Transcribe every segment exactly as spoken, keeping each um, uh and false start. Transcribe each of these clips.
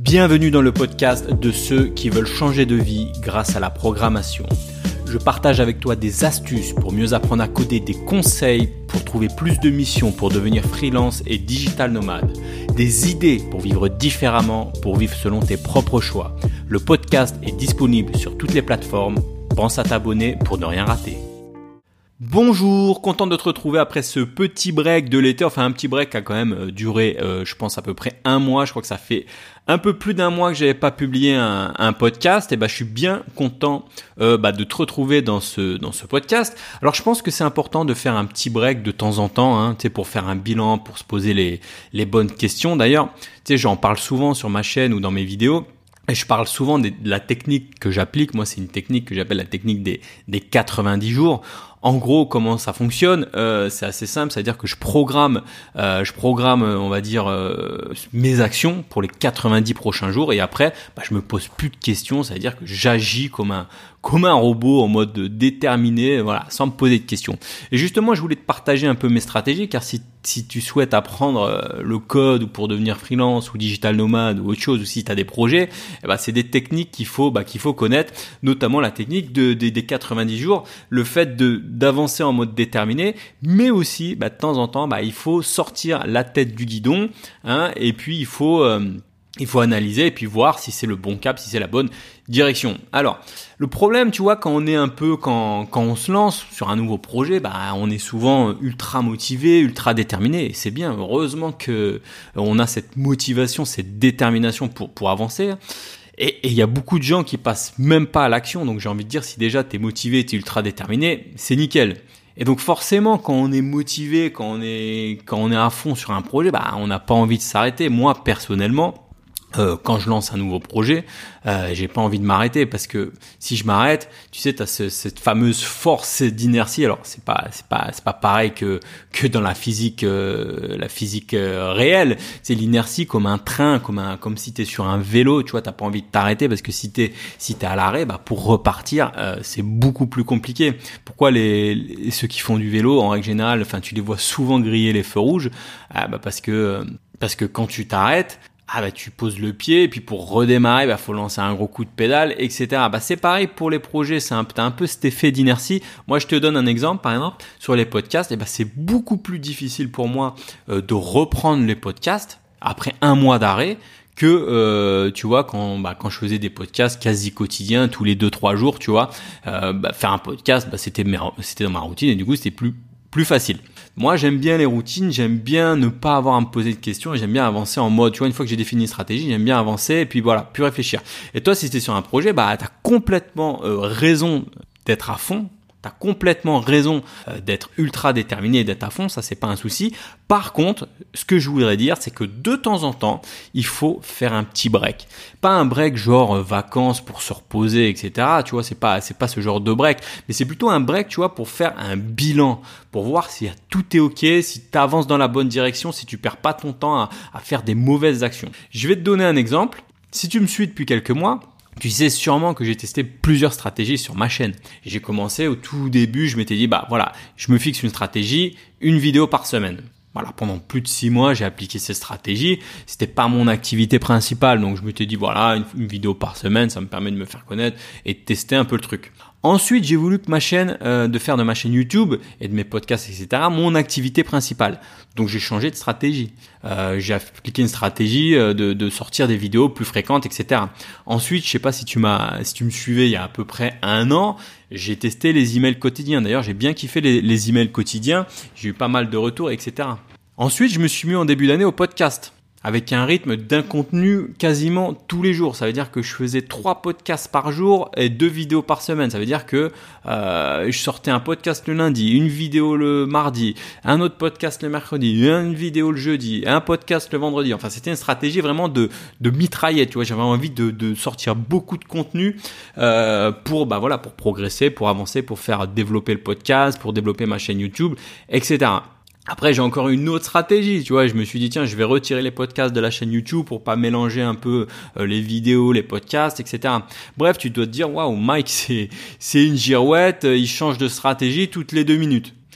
Bienvenue dans le podcast de ceux qui veulent changer de vie grâce à la programmation. Je partage avec toi des astuces pour mieux apprendre à coder, des conseils pour trouver plus de missions, pour devenir freelance et digital nomade, des idées pour vivre différemment, pour vivre selon tes propres choix. Le podcast est disponible sur toutes les plateformes. Pense à t'abonner pour ne rien rater. Bonjour, content de te retrouver après ce petit break de l'été, enfin un petit break qui a quand même duré euh, je pense à peu près un mois, je crois que ça fait un peu plus d'un mois que j'avais pas publié un, un podcast, et ben je suis bien content euh, bah, de te retrouver dans ce dans ce podcast. Alors je pense que c'est important de faire un petit break de temps en temps, hein, tu sais, pour faire un bilan, pour se poser les les bonnes questions. D'ailleurs, tu sais, j'en parle souvent sur ma chaîne ou dans mes vidéos. Et je parle souvent de la technique que j'applique. Moi, c'est une technique que j'appelle la technique des, des quatre-vingt-dix jours. En gros, comment ça fonctionne, euh, c'est assez simple, c'est-à-dire que je programme, euh, je programme, on va dire, euh, mes actions pour les quatre-vingt-dix prochains jours, et après, bah, je me pose plus de questions, c'est-à-dire que j'agis comme un, comme un robot en mode déterminé, voilà, sans me poser de questions. Et justement, je voulais te partager un peu mes stratégies, car si si tu souhaites apprendre le code ou pour devenir freelance ou digital nomade ou autre chose, ou si tu as des projets, eh ben, c'est des techniques qu'il faut, bah, qu'il faut connaître, notamment la technique de, de, des quatre-vingt-dix jours, le fait de d'avancer en mode déterminé, mais aussi bah, de temps en temps, bah, il faut sortir la tête du guidon, hein, et puis il faut... Euh, Il faut analyser et puis voir si c'est le bon cap, si c'est la bonne direction. Alors, le problème, tu vois, quand on est un peu, quand quand on se lance sur un nouveau projet, bah, on est souvent ultra motivé, ultra déterminé. Et c'est bien, heureusement que on a cette motivation, cette détermination pour pour avancer. Et il y a beaucoup de gens qui passent même pas à l'action. Donc, j'ai envie de dire, si déjà t'es motivé, t'es ultra déterminé, c'est nickel. Et donc forcément, quand on est motivé, quand on est quand on est à fond sur un projet, bah, on n'a pas envie de s'arrêter. Moi, personnellement, Euh, quand je lance un nouveau projet, euh, j'ai pas envie de m'arrêter, parce que si je m'arrête, tu sais, t'as ce, cette fameuse force d'inertie. Alors c'est pas c'est pas c'est pas pareil que que dans la physique euh, la physique euh, réelle. C'est l'inertie comme un train, comme un comme si t'es sur un vélo, tu vois, t'as pas envie de t'arrêter, parce que si t'es si t'es à l'arrêt, bah pour repartir, euh, c'est beaucoup plus compliqué. Pourquoi les, les ceux qui font du vélo, en règle générale, enfin tu les vois souvent griller les feux rouges, ah, bah parce que parce que quand tu t'arrêtes, ah bah tu poses le pied, et puis pour redémarrer, bah faut lancer un gros coup de pédale, et cetera. Bah c'est pareil pour les projets, c'est un, t'as un peu cet effet d'inertie. Moi je te donne un exemple, par exemple sur les podcasts, et bah c'est beaucoup plus difficile pour moi euh, de reprendre les podcasts après un mois d'arrêt que euh, tu vois quand bah quand je faisais des podcasts quasi quotidiens tous les deux trois jours, tu vois, euh, bah faire un podcast, bah c'était c'était dans ma routine, et du coup c'était plus plus facile. Moi, j'aime bien les routines, j'aime bien ne pas avoir à me poser de questions, et j'aime bien avancer en mode, tu vois, une fois que j'ai défini une stratégie, j'aime bien avancer, et puis voilà, plus réfléchir. Et toi, si tu es sur un projet, bah, tu as complètement euh, raison d'être à fond. T'as complètement raison euh, d'être ultra déterminé et d'être à fond, ça c'est pas un souci. Par contre, ce que je voudrais dire, c'est que de temps en temps, il faut faire un petit break. Pas un break genre euh, vacances pour se reposer, et cetera. Tu vois, c'est pas c'est pas ce genre de break, mais c'est plutôt un break, tu vois, pour faire un bilan, pour voir si tout est ok, si tu avances dans la bonne direction, si tu perds pas ton temps à, à faire des mauvaises actions. Je vais te donner un exemple. Si tu me suis depuis quelques mois, tu sais sûrement que j'ai testé plusieurs stratégies sur ma chaîne. Et j'ai commencé au tout début, je m'étais dit, bah voilà, je me fixe une stratégie, une vidéo par semaine. Voilà, pendant plus de six mois, j'ai appliqué cette stratégie. C'était pas mon activité principale, donc je m'étais dit, voilà, une, une vidéo par semaine, ça me permet de me faire connaître et de tester un peu le truc. Ensuite, j'ai voulu que ma chaîne, euh, de faire de ma chaîne YouTube et de mes podcasts, et cetera, mon activité principale. Donc, j'ai changé de stratégie. Euh, j'ai appliqué une stratégie euh, de, de sortir des vidéos plus fréquentes, et cetera. Ensuite, je sais pas si tu m'as, si tu me suivais il y a à peu près un an, j'ai testé les emails quotidiens. D'ailleurs, j'ai bien kiffé les, les emails quotidiens. J'ai eu pas mal de retours, et cetera. Ensuite, je me suis mis en début d'année au podcast, avec un rythme d'un contenu quasiment tous les jours. Ça veut dire que je faisais trois podcasts par jour et deux vidéos par semaine. Ça veut dire que euh, je sortais un podcast le lundi, une vidéo le mardi, un autre podcast le mercredi, une vidéo le jeudi, un podcast le vendredi. Enfin, c'était une stratégie vraiment de, de mitraillette. Tu vois, j'avais envie de, de sortir beaucoup de contenu euh, pour, bah voilà, pour progresser, pour avancer, pour faire développer le podcast, pour développer ma chaîne YouTube, et cetera. Après, j'ai encore une autre stratégie, tu vois, je me suis dit, tiens, je vais retirer les podcasts de la chaîne YouTube pour pas mélanger un peu euh, les vidéos, les podcasts, et cetera. Bref, tu dois te dire, waouh, Mike, c'est, c'est une girouette, il change de stratégie toutes les deux minutes.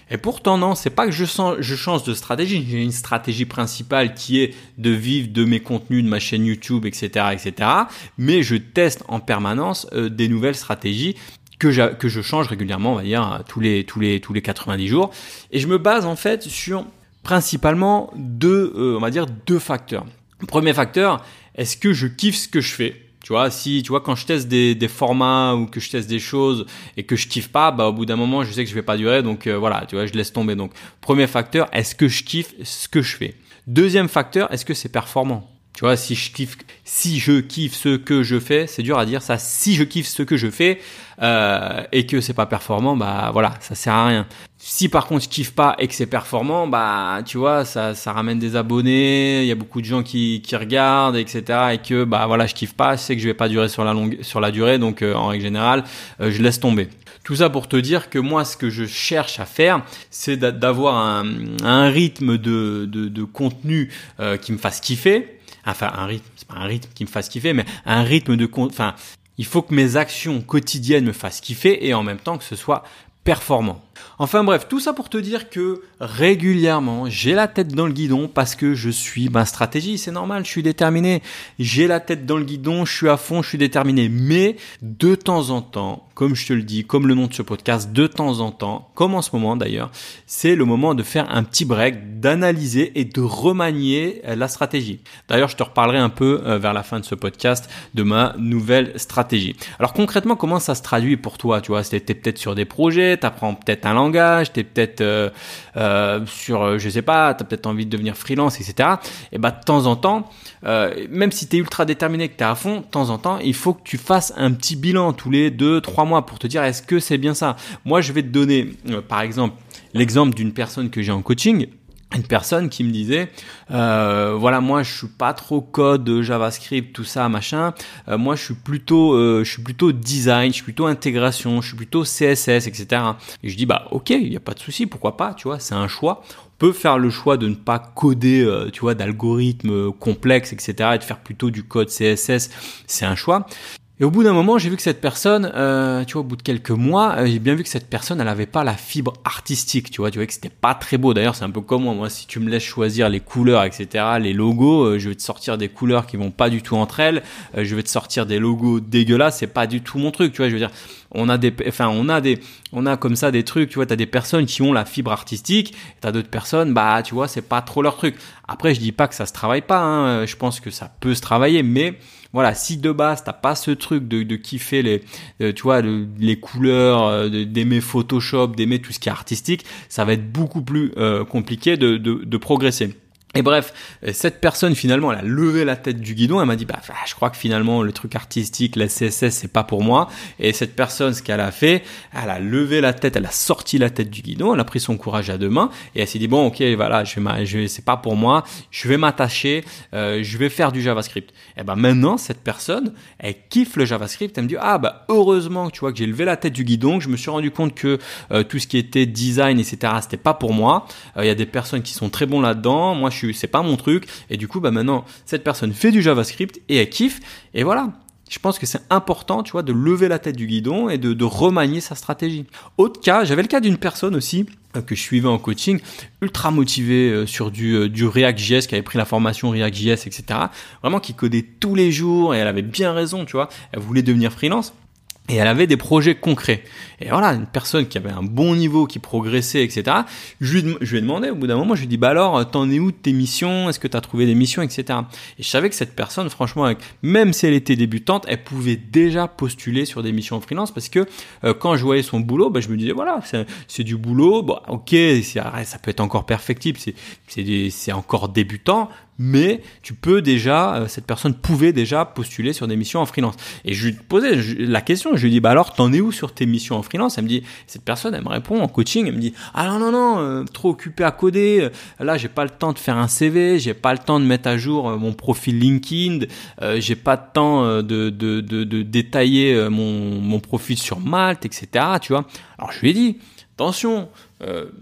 Et pourtant non, c'est pas que je, sens, je change de stratégie. J'ai une stratégie principale qui est de vivre de mes contenus, de ma chaîne YouTube, et cetera, et cetera. Mais je teste en permanence euh, des nouvelles stratégies que je, que je change régulièrement, on va dire tous les tous les tous les quatre-vingt-dix jours. Et je me base en fait sur principalement deux, euh, on va dire deux facteurs. Premier facteur, est-ce que je kiffe ce que je fais? Tu vois, si, tu vois, quand je teste des, des formats ou que je teste des choses et que je kiffe pas, bah, au bout d'un moment, je sais que je vais pas durer. Donc, euh, voilà, tu vois, je laisse tomber. Donc, premier facteur, est-ce que je kiffe ce que je fais? Deuxième facteur, est-ce que c'est performant? Tu vois, si je kiffe, si je kiffe ce que je fais, c'est dur à dire ça. Si je kiffe ce que je fais euh, et que c'est pas performant, bah voilà, ça sert à rien. Si par contre je kiffe pas et que c'est performant, bah tu vois, ça ça ramène des abonnés, il y a beaucoup de gens qui qui regardent, et cetera. Et que bah voilà, je kiffe pas, je sais que je vais pas durer sur la longue sur la durée, donc euh, en règle générale, euh, je laisse tomber. Tout ça pour te dire que moi, ce que je cherche à faire, c'est d'avoir un, un rythme de de, de contenu euh, qui me fasse kiffer. Enfin, un rythme, c'est pas un rythme qui me fasse kiffer, mais un rythme de, enfin, il faut que mes actions quotidiennes me fassent kiffer et en même temps que ce soit performant. Enfin bref, tout ça pour te dire que régulièrement, j'ai la tête dans le guidon parce que je suis ma stratégie, c'est normal, je suis déterminé. J'ai la tête dans le guidon, je suis à fond, je suis déterminé. Mais de temps en temps, comme je te le dis, comme le nom de ce podcast, de temps en temps, comme en ce moment d'ailleurs, c'est le moment de faire un petit break, d'analyser et de remanier la stratégie. D'ailleurs, je te reparlerai un peu vers la fin de ce podcast de ma nouvelle stratégie. Alors concrètement, comment ça se traduit pour toi? Tu vois, t'es peut-être sur des projets, t'apprends peut-être un langage, t'es peut-être euh, euh, sur, je sais pas, t'as peut-être envie de devenir freelance, et cetera. Et bah de temps en temps, euh, même si t'es ultra déterminé, que t'es à fond, de temps en temps, il faut que tu fasses un petit bilan tous les deux, trois mois pour te dire est-ce que c'est bien ça. Moi, je vais te donner, euh, par exemple, l'exemple d'une personne que j'ai en coaching. Une personne qui me disait euh, voilà, moi je suis pas trop code, JavaScript, tout ça machin, euh, moi je suis plutôt euh, je suis plutôt design, je suis plutôt intégration, je suis plutôt C S S, etc. Et je dis bah ok, il y a pas de souci, pourquoi pas, tu vois, c'est un choix. On peut faire le choix de ne pas coder, euh, tu vois, d'algorithmes complexes, etc. et de faire plutôt du code C S S, c'est un choix. Et au bout d'un moment, j'ai vu que cette personne, euh, tu vois, au bout de quelques mois, euh, j'ai bien vu que cette personne, elle avait pas la fibre artistique, tu vois, tu vois que c'était pas très beau. D'ailleurs, c'est un peu comme moi. Moi, si tu me laisses choisir les couleurs, et cetera, les logos, euh, je vais te sortir des couleurs qui vont pas du tout entre elles. Euh, je vais te sortir des logos dégueulasses. C'est pas du tout mon truc, tu vois. Je veux dire, on a des, enfin, on a des, on a comme ça des trucs, tu vois. T'as des personnes qui ont la fibre artistique, t'as d'autres personnes, bah, tu vois, c'est pas trop leur truc. Après, je dis pas que ça se travaille pas. Hein. Je pense que ça peut se travailler, mais voilà, si de base t'as pas ce truc de, de kiffer les, euh, tu vois, le, les couleurs, euh, d'aimer Photoshop, d'aimer tout ce qui est artistique, ça va être beaucoup plus euh, compliqué de, de, de progresser. Et bref, cette personne finalement, elle a levé la tête du guidon, elle m'a dit bah je crois que finalement le truc artistique, la C S S, c'est pas pour moi. Et cette personne, ce qu'elle a fait, elle a levé la tête, elle a sorti la tête du guidon, elle a pris son courage à deux mains et elle s'est dit bon ok voilà, je vais, je vais c'est pas pour moi, je vais m'attacher, euh, je vais faire du JavaScript. Et ben maintenant cette personne, elle kiffe le JavaScript, elle me dit ah bah heureusement que tu vois que j'ai levé la tête du guidon, que je me suis rendu compte que euh, tout ce qui était design et cetera c'était pas pour moi. Il euh, y a des personnes qui sont très bons là-dedans, moi je c'est pas mon truc et du coup bah maintenant cette personne fait du JavaScript et elle kiffe et voilà. Je pense que c'est important, tu vois, de lever la tête du guidon et de, de remanier sa stratégie. Autre cas, j'avais le cas d'une personne aussi euh, que je suivais en coaching, ultra motivée euh, sur du, euh, du React.js, qui avait pris la formation React.js, et cetera. Vraiment qui codait tous les jours et elle avait bien raison, tu vois. Elle voulait devenir freelance. Et elle avait des projets concrets. Et voilà, une personne qui avait un bon niveau, qui progressait, et cetera. Je lui, je lui ai demandé, au bout d'un moment, je lui ai dit, bah alors, t'en es où de tes missions? Est-ce que t'as trouvé des missions, et cetera. Et je savais que cette personne, franchement, avec, même si elle était débutante, elle pouvait déjà postuler sur des missions en freelance parce que euh, quand je voyais son boulot, bah, je me disais, voilà, c'est, c'est du boulot, bon, ok, c'est, ça peut être encore perfectible, c'est, c'est, des, c'est encore débutant, mais tu peux déjà, euh, cette personne pouvait déjà postuler sur des missions en freelance. Et je lui posais la question, je lui dis bah alors t'en es où sur tes missions en freelance? Elle me dit, cette personne elle me répond en coaching, elle me dit ah non non non, euh, trop occupé à coder, là j'ai pas le temps de faire un C V, j'ai pas le temps de mettre à jour euh, mon profil LinkedIn, euh, j'ai pas de temps euh, de, de, de, de détailler euh, mon, mon profil sur Malte, et cetera. Tu vois. Alors je lui ai dit attention, euh, t'as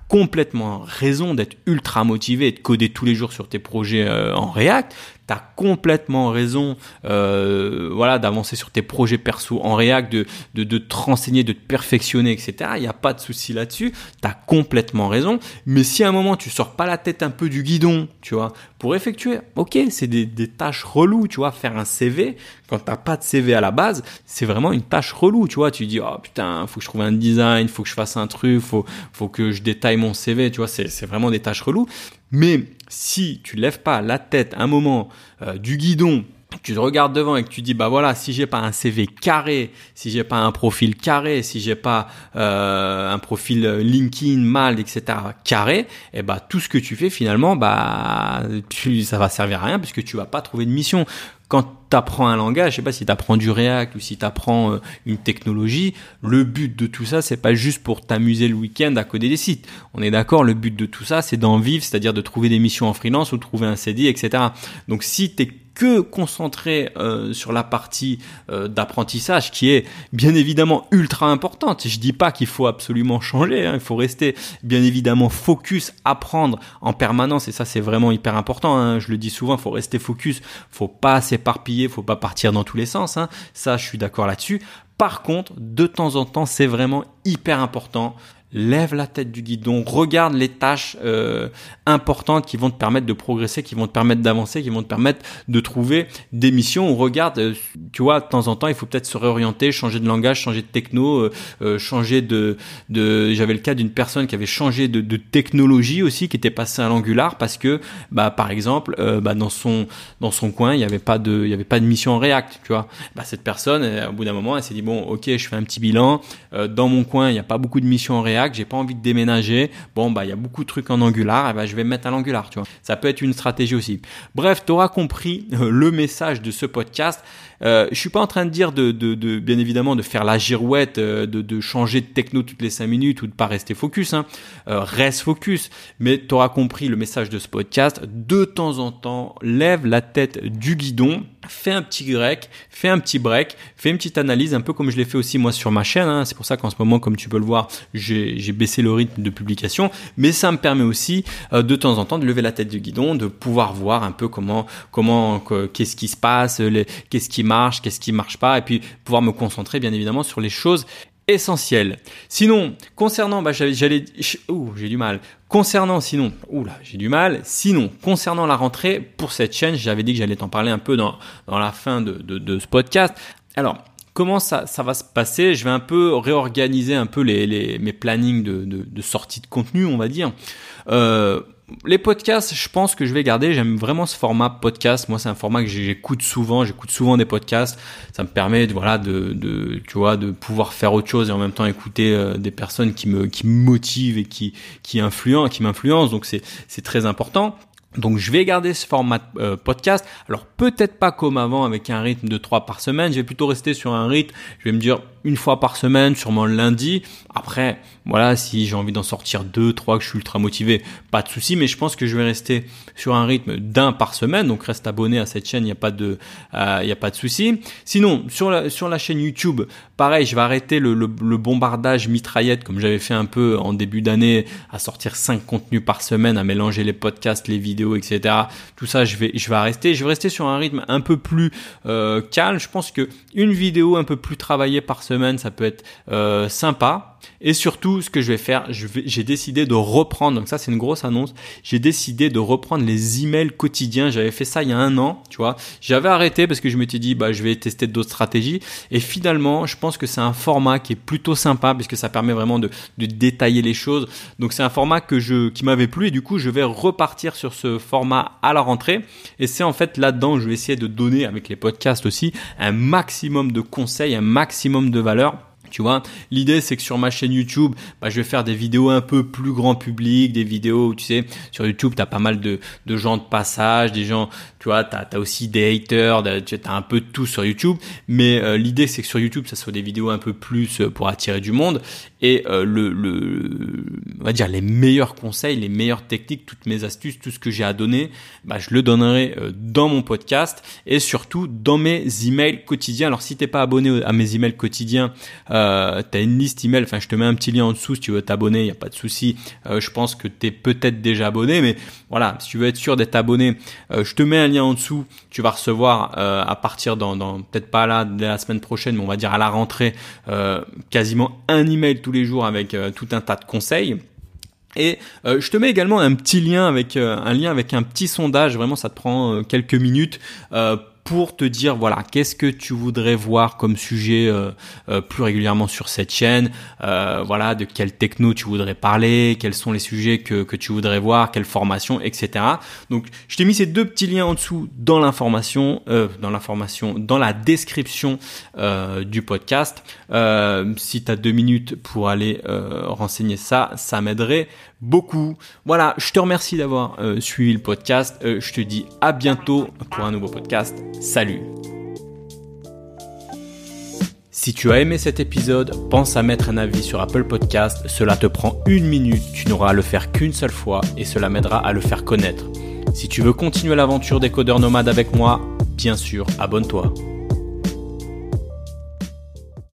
complètement raison d'être ultra motivé et de coder tous les jours sur tes projets euh, en React. T'as complètement raison, euh, voilà, d'avancer sur tes projets perso en React, de, de, de te renseigner, de te perfectionner, et cetera. Il n'y a pas de souci là-dessus. T'as complètement raison. Mais si à un moment, tu sors pas la tête un peu du guidon, tu vois, pour effectuer, ok, c'est des, des tâches reloues, tu vois, faire un C V, quand t'as pas de C V à la base, c'est vraiment une tâche relou, tu vois. Tu dis, oh putain, faut que je trouve un design, faut que je fasse un truc, faut, faut que je détaille mon C V, tu vois, c'est, c'est vraiment des tâches reloues. Mais si tu lèves pas la tête un moment euh, du guidon, tu te regardes devant et que tu dis bah voilà, si j'ai pas un C V carré, si j'ai pas un profil carré, si j'ai pas euh, un profil LinkedIn, Mal, et cetera carré, et bah tout ce que tu fais finalement, bah tu, ça va servir à rien parce que tu vas pas trouver de mission. Quand tu apprends un langage, je sais pas si tu apprends du React ou si tu apprends euh, une technologie, le but de tout ça, c'est pas juste pour t'amuser le week-end à coder des sites. On est d'accord, le but de tout ça, c'est d'en vivre, c'est-à-dire de trouver des missions en freelance ou de trouver un C D I, et cetera. Donc si tu es que concentré euh, sur la partie euh, d'apprentissage qui est bien évidemment ultra importante. Je dis pas qu'il faut absolument changer, hein. Il faut rester bien évidemment focus, apprendre en permanence et ça c'est vraiment hyper important, hein. Je le dis souvent, il faut rester focus, faut pas s'éparpiller, faut pas partir dans tous les sens, hein. Ça je suis d'accord là-dessus. Par contre, de temps en temps, c'est vraiment hyper important. Lève la tête du guidon, regarde les tâches euh, importantes qui vont te permettre de progresser, qui vont te permettre d'avancer, qui vont te permettre de trouver des missions. Ou regarde, euh, tu vois, de temps en temps, il faut peut-être se réorienter, changer de langage, changer de techno, euh, euh, changer de, de. J'avais le cas d'une personne qui avait changé de, de technologie aussi, qui était passée à l'Angular parce que, bah, par exemple, euh, bah, dans son dans son coin, il n'y avait pas de, il y avait pas de mission en React, tu vois. Bah, cette personne, elle, au bout d'un moment, elle s'est dit bon, ok, je fais un petit bilan. Euh, dans mon coin, il n'y a pas beaucoup de missions en React. J'ai pas envie de déménager. Bon, bah, il y a beaucoup de trucs en Angular. Et bah, je vais me mettre à l'Angular, tu vois. Ça peut être une stratégie aussi. Bref, tu auras compris euh, le message de ce podcast. Euh, je suis pas en train de dire de, de, de bien évidemment, de faire la girouette, euh, de, de changer de techno toutes les cinq minutes ou de pas rester focus, hein. Euh, reste focus. Mais tu auras compris le message de ce podcast. De temps en temps, lève la tête du guidon. Fais un petit grec, fais un petit break, fais une petite analyse, un peu comme je l'ai fait aussi moi sur ma chaîne, hein. C'est pour ça qu'en ce moment, comme tu peux le voir, j'ai, j'ai baissé le rythme de publication, mais ça me permet aussi euh, de temps en temps de lever la tête du guidon, de pouvoir voir un peu comment, comment, que, qu'est-ce qui se passe, les, qu'est-ce qui marche, qu'est-ce qui marche pas, et puis pouvoir me concentrer bien évidemment sur les choses essentiel. Sinon, concernant, bah, j'allais, j'allais, ouh, j'ai du mal. Concernant, sinon, ouh là, j'ai du mal. Sinon, concernant la rentrée pour cette chaîne, j'avais dit que j'allais t'en parler un peu dans dans la fin de de, de ce podcast. Alors, comment ça ça va se passer ? Je vais un peu réorganiser un peu les les mes plannings de de, de sortie de contenu, on va dire. Euh, Les podcasts, je pense que je vais garder. J'aime vraiment ce format podcast. Moi, c'est un format que j'écoute souvent. J'écoute souvent des podcasts. Ça me permet, de, voilà, de, de, tu vois, de pouvoir faire autre chose et en même temps écouter euh, des personnes qui me, qui me motivent et qui, qui influencent, qui m'influencent. Donc, c'est, c'est très important. Donc, je vais garder ce format euh, podcast. Alors, peut-être pas comme avant avec un rythme de trois par semaine. Je vais plutôt rester sur un rythme. Je vais me dire une fois par semaine, sûrement le lundi. Après, voilà, si j'ai envie d'en sortir deux, trois, que je suis ultra motivé, pas de souci. Mais je pense que je vais rester sur un rythme d'un par semaine. Donc, reste abonné à cette chaîne. Il n'y a pas de, euh, il y a pas de souci. Sinon, sur la, sur la chaîne YouTube, pareil, je vais arrêter le, le, le bombardage mitraillette comme j'avais fait un peu en début d'année, à sortir cinq contenus par semaine, à mélanger les podcasts, les vidéos, et cetera. Tout ça, je vais, je vais arrêter. Je vais rester sur un rythme un peu plus euh, calme. Je pense que une vidéo un peu plus travaillée par semaine, ça peut être euh, sympa. Et surtout, ce que je vais faire, je vais, j'ai décidé de reprendre, donc ça c'est une grosse annonce, j'ai décidé de reprendre les emails quotidiens. J'avais fait ça il y a un an, tu vois. J'avais arrêté parce que je m'étais dit, bah je vais tester d'autres stratégies. Et finalement, je pense que c'est un format qui est plutôt sympa puisque ça permet vraiment de, de détailler les choses. Donc c'est un format que je, qui m'avait plu et du coup, je vais repartir sur ce format à la rentrée. Et c'est en fait là-dedans, je vais essayer de donner avec les podcasts aussi un maximum de conseils, un maximum de valeur. Tu vois, l'idée c'est que sur ma chaîne YouTube, bah, je vais faire des vidéos un peu plus grand public, des vidéos où tu sais, sur YouTube, tu as pas mal de, de gens de passage, des gens, tu vois, tu as aussi des haters, tu as un peu de tout sur YouTube. Mais euh, l'idée c'est que sur YouTube, ça soit des vidéos un peu plus pour attirer du monde. Et euh, le, le, on va dire les meilleurs conseils, les meilleures techniques, toutes mes astuces, tout ce que j'ai à donner, bah, je le donnerai euh, dans mon podcast et surtout dans mes emails quotidiens. Alors si t'es pas abonné à mes emails quotidiens, euh, euh, tu as une liste email, enfin je te mets un petit lien en dessous si tu veux t'abonner, il n'y a pas de souci. Euh, je pense que tu es peut-être déjà abonné, mais voilà, si tu veux être sûr d'être abonné, euh, je te mets un lien en dessous. Tu vas recevoir euh, à partir dans, dans peut-être pas là dès la semaine prochaine, mais on va dire à la rentrée, euh, quasiment un email tous les jours avec euh, tout un tas de conseils. Et euh, je te mets également un petit lien avec euh, un lien avec un petit sondage. Vraiment, ça te prend euh, quelques minutes euh, pour te dire voilà qu'est-ce que tu voudrais voir comme sujet euh, euh, plus régulièrement sur cette chaîne. Euh, voilà, de quelle techno tu voudrais parler, quels sont les sujets que que tu voudrais voir, quelle formation, et cetera. Donc, je t'ai mis ces deux petits liens en dessous dans l'information, euh, dans l'information, dans la description euh, du podcast. Euh, si tu as deux minutes pour aller euh, renseigner ça, ça m'aiderait beaucoup. Voilà, je te remercie d'avoir euh, suivi le podcast. Euh, je te dis à bientôt pour un nouveau podcast. Salut! Si tu as aimé cet épisode, pense à mettre un avis sur Apple Podcast. Cela te prend une minute, tu n'auras à le faire qu'une seule fois et cela m'aidera à le faire connaître. Si tu veux continuer l'aventure des codeurs nomades avec moi, bien sûr, abonne-toi.